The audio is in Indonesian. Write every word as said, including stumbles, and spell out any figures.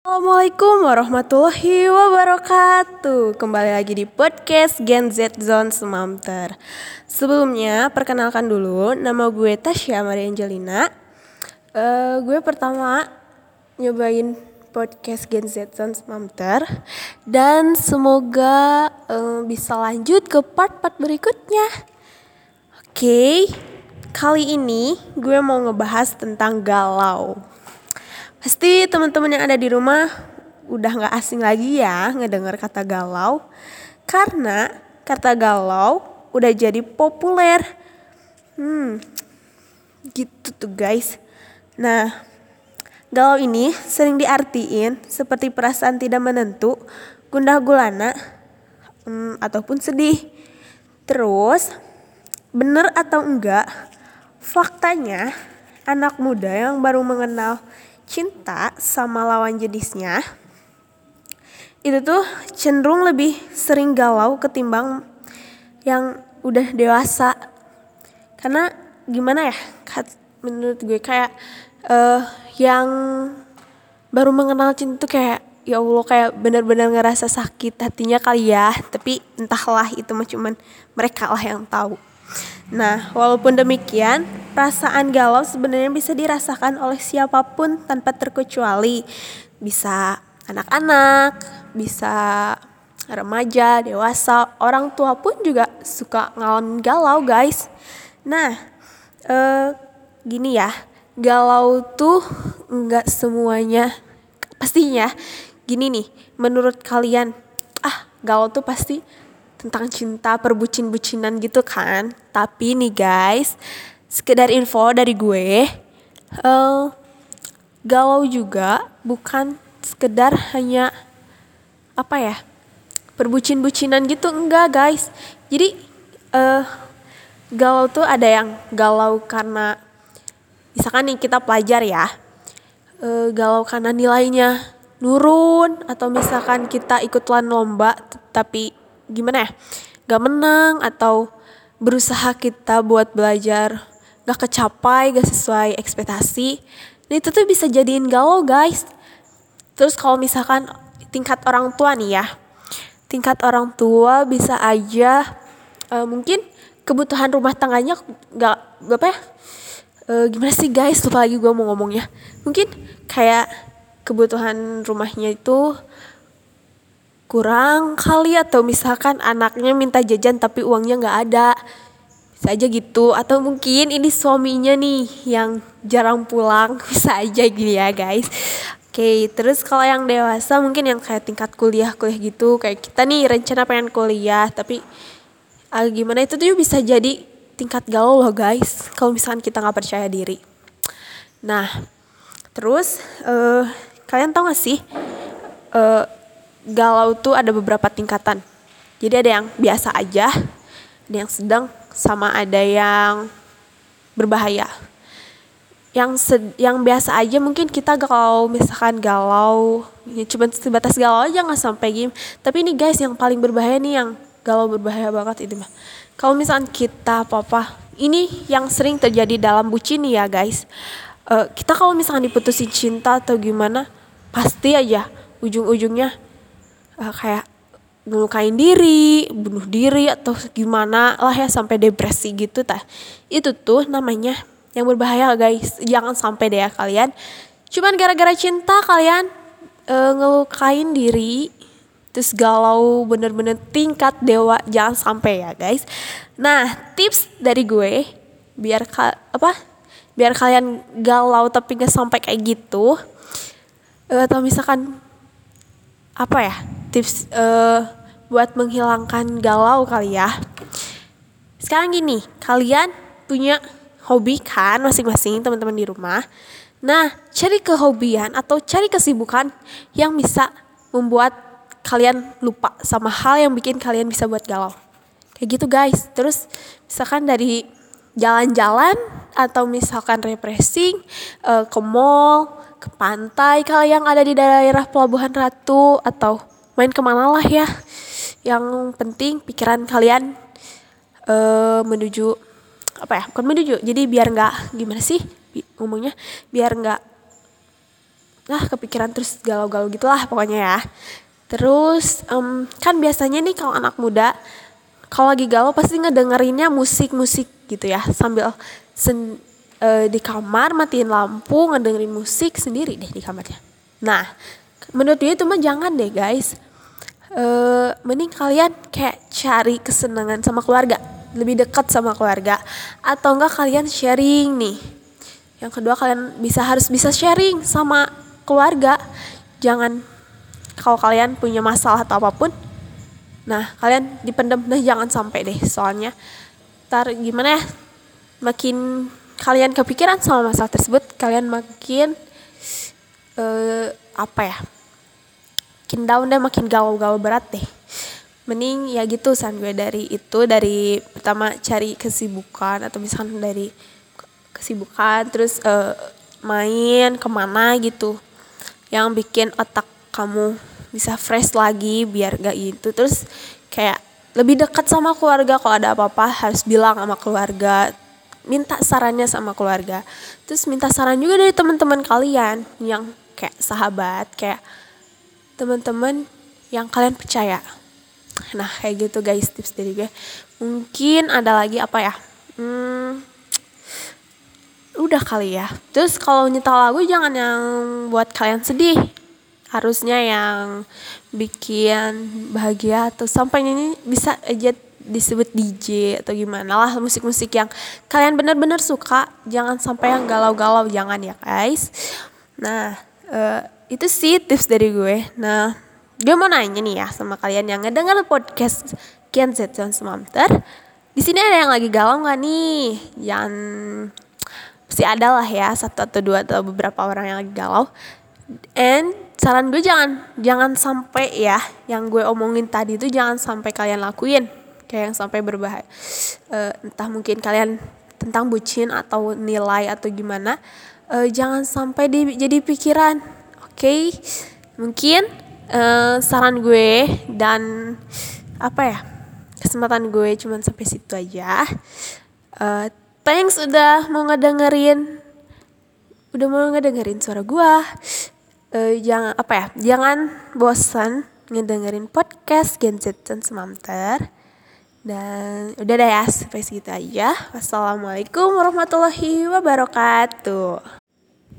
Assalamualaikum warahmatullahi wabarakatuh. Kembali lagi di podcast Gen Z Zone Sumamter. Sebelumnya perkenalkan dulu, nama gue Tasya Maria Angelina. uh, Gue pertama nyobain podcast Gen Z Zone Sumamter, dan semoga uh, bisa lanjut ke part-part berikutnya. Oke, kali ini gue mau ngebahas tentang galau. Pasti teman-teman yang ada di rumah udah gak asing lagi ya ngedengar kata galau, karena kata galau udah jadi populer. Hmm, gitu tuh guys. Nah, galau ini sering diartiin seperti perasaan tidak menentu, gundah gulana, hmm, ataupun sedih. Terus, bener atau enggak, faktanya anak muda yang baru mengenal cinta sama lawan jenisnya itu tuh cenderung lebih sering galau ketimbang yang udah dewasa. Karena gimana ya, menurut gue kayak uh, yang baru mengenal cinta tuh kayak ya Allah, kayak benar-benar ngerasa sakit hatinya kali ya. Tapi entahlah, itu mah cuman mereka lah yang tahu. Nah, walaupun demikian, perasaan galau sebenarnya bisa dirasakan oleh siapapun tanpa terkecuali. Bisa anak-anak, bisa remaja, dewasa, orang tua pun juga suka ngalamin galau guys. Nah, eh, gini ya, galau tuh nggak semuanya, pastinya gini nih, menurut kalian, ah galau tuh pasti tentang cinta, perbucin-bucinan gitu kan. Tapi nih guys, sekedar info dari gue, uh, galau juga bukan sekedar hanya apa ya, perbucin-bucinan gitu, enggak guys. Jadi uh, galau tuh ada yang galau karena misalkan nih kita pelajar ya, uh, galau karena nilainya nurun, atau misalkan kita ikut lomba tapi gimana ya, gak menang, atau berusaha kita buat belajar gak kecapai, gak sesuai ekspektasi. Nah itu tuh bisa jadiin galau guys. Terus kalau misalkan tingkat orang tua nih ya, tingkat orang tua bisa aja uh, mungkin kebutuhan rumah tangganya gak apa ya, uh, gimana sih guys, lupa lagi gue mau ngomongnya. Mungkin kayak kebutuhan rumahnya itu kurang kali, atau misalkan anaknya minta jajan tapi uangnya gak ada, bisa aja gitu. Atau mungkin ini suaminya nih yang jarang pulang, bisa aja gini ya guys. Oke, terus kalau yang dewasa mungkin yang kayak tingkat kuliah-kuliah gitu, kayak kita nih rencana pengen kuliah tapi ah, gimana, itu tuh bisa jadi tingkat galau loh guys, kalau misalkan kita gak percaya diri. Nah, terus uh, kalian tau gak sih uh, galau tuh ada beberapa tingkatan. Jadi ada yang biasa aja, ada yang sedang, sama ada yang berbahaya. Yang sed- yang biasa aja mungkin kita kalau misalkan galau ya cuma sebatas galau aja, nggak sampai game. Tapi ini guys, yang paling berbahaya nih, yang galau berbahaya banget itu mah. Kalau misalkan kita apa-apa, ini yang sering terjadi dalam bucin nih ya guys. Uh, kita kalau misalkan diputusin cinta atau gimana, pasti aja ujung-ujungnya Uh, kayak ngelukain diri, bunuh diri, atau gimana lah ya, sampai depresi gitu tah. Itu tuh namanya yang berbahaya guys. Jangan sampai deh ya kalian cuman gara-gara cinta kalian uh, ngelukain diri terus galau bener-bener tingkat dewa. Jangan sampai ya guys. Nah, tips dari gue biar ka- apa biar kalian galau tapi gak sampai kayak gitu, uh, atau misalkan apa ya, tips uh, buat menghilangkan galau kali ya. Sekarang gini, kalian punya hobi kan masing-masing teman-teman di rumah. Nah, cari kehobian atau cari kesibukan yang bisa membuat kalian lupa sama hal yang bikin kalian bisa buat galau. Kayak gitu guys. Terus misalkan dari jalan-jalan, atau misalkan refreshing, uh, ke mall, ke pantai kalau yang ada di daerah Pelabuhan Ratu, atau main kemana lah ya. Yang penting pikiran kalian uh, menuju apa ya, bukan menuju, jadi biar nggak gimana sih ngomongnya, biar nggak lah kepikiran terus galau-galau gitulah pokoknya ya. Terus um, kan biasanya nih kalau anak muda kalau lagi galau pasti ngedengerinnya musik-musik gitu ya, sambil sen, uh, di kamar matiin lampu ngedengerin musik sendiri deh di kamarnya. Nah, menurut dia itu mah jangan deh guys. Uh, mending kalian kayak cari kesenangan sama keluarga, lebih dekat sama keluarga, atau enggak kalian sharing nih. Yang kedua kalian bisa harus bisa sharing sama keluarga. Jangan kalau kalian punya masalah atau apapun, nah kalian dipendam, nah jangan sampai deh, soalnya ntar gimana ya, makin kalian kepikiran sama masalah tersebut, kalian makin uh, apa ya, makin down deh, makin galau-galau berat deh. Mending ya gitu saran gue dari itu, dari pertama cari kesibukan atau misalkan dari kesibukan terus uh, main kemana gitu yang bikin otak kamu bisa fresh lagi biar gak gitu. Terus kayak lebih dekat sama keluarga, kalau ada apa-apa harus bilang sama keluarga, minta sarannya sama keluarga. Terus minta saran juga dari teman-teman kalian yang kayak sahabat, kayak teman-teman yang kalian percaya. Nah kayak gitu guys tips dari gue. Mungkin ada lagi apa ya, hmm, udah kali ya. Terus kalau nyetel lagu jangan yang buat kalian sedih, harusnya yang bikin bahagia, atau sampai ini bisa aja disebut D J atau gimana lah, musik-musik yang kalian benar-benar suka. Jangan sampai yang galau-galau, jangan ya guys. Nah uh, itu sih tips dari gue. Nah gue mau nanya nih ya sama kalian yang ngedenger podcast Gen Z Zone Sumamter. Di sini ada yang lagi galau nggak nih? Jangan, pasti ada lah ya satu atau dua atau beberapa orang yang lagi galau. And saran gue jangan jangan sampai ya yang gue omongin tadi itu jangan sampai kalian lakuin, kayak yang sampai berbahaya. Uh, entah mungkin kalian tentang bucin atau nilai atau gimana, uh, jangan sampai di, jadi pikiran. Oke, okay? Mungkin uh, saran gue dan apa ya, kesempatan gue cuman sampai situ aja. Uh, thanks udah mau ngedengerin, udah mau ngedengerin suara gue. Uh, jangan apa ya, jangan bosan ngedengerin podcast Gen Z Zone Sumamter. Dan udah deh ya, sampai segitu aja. Wassalamualaikum warahmatullahi wabarakatuh.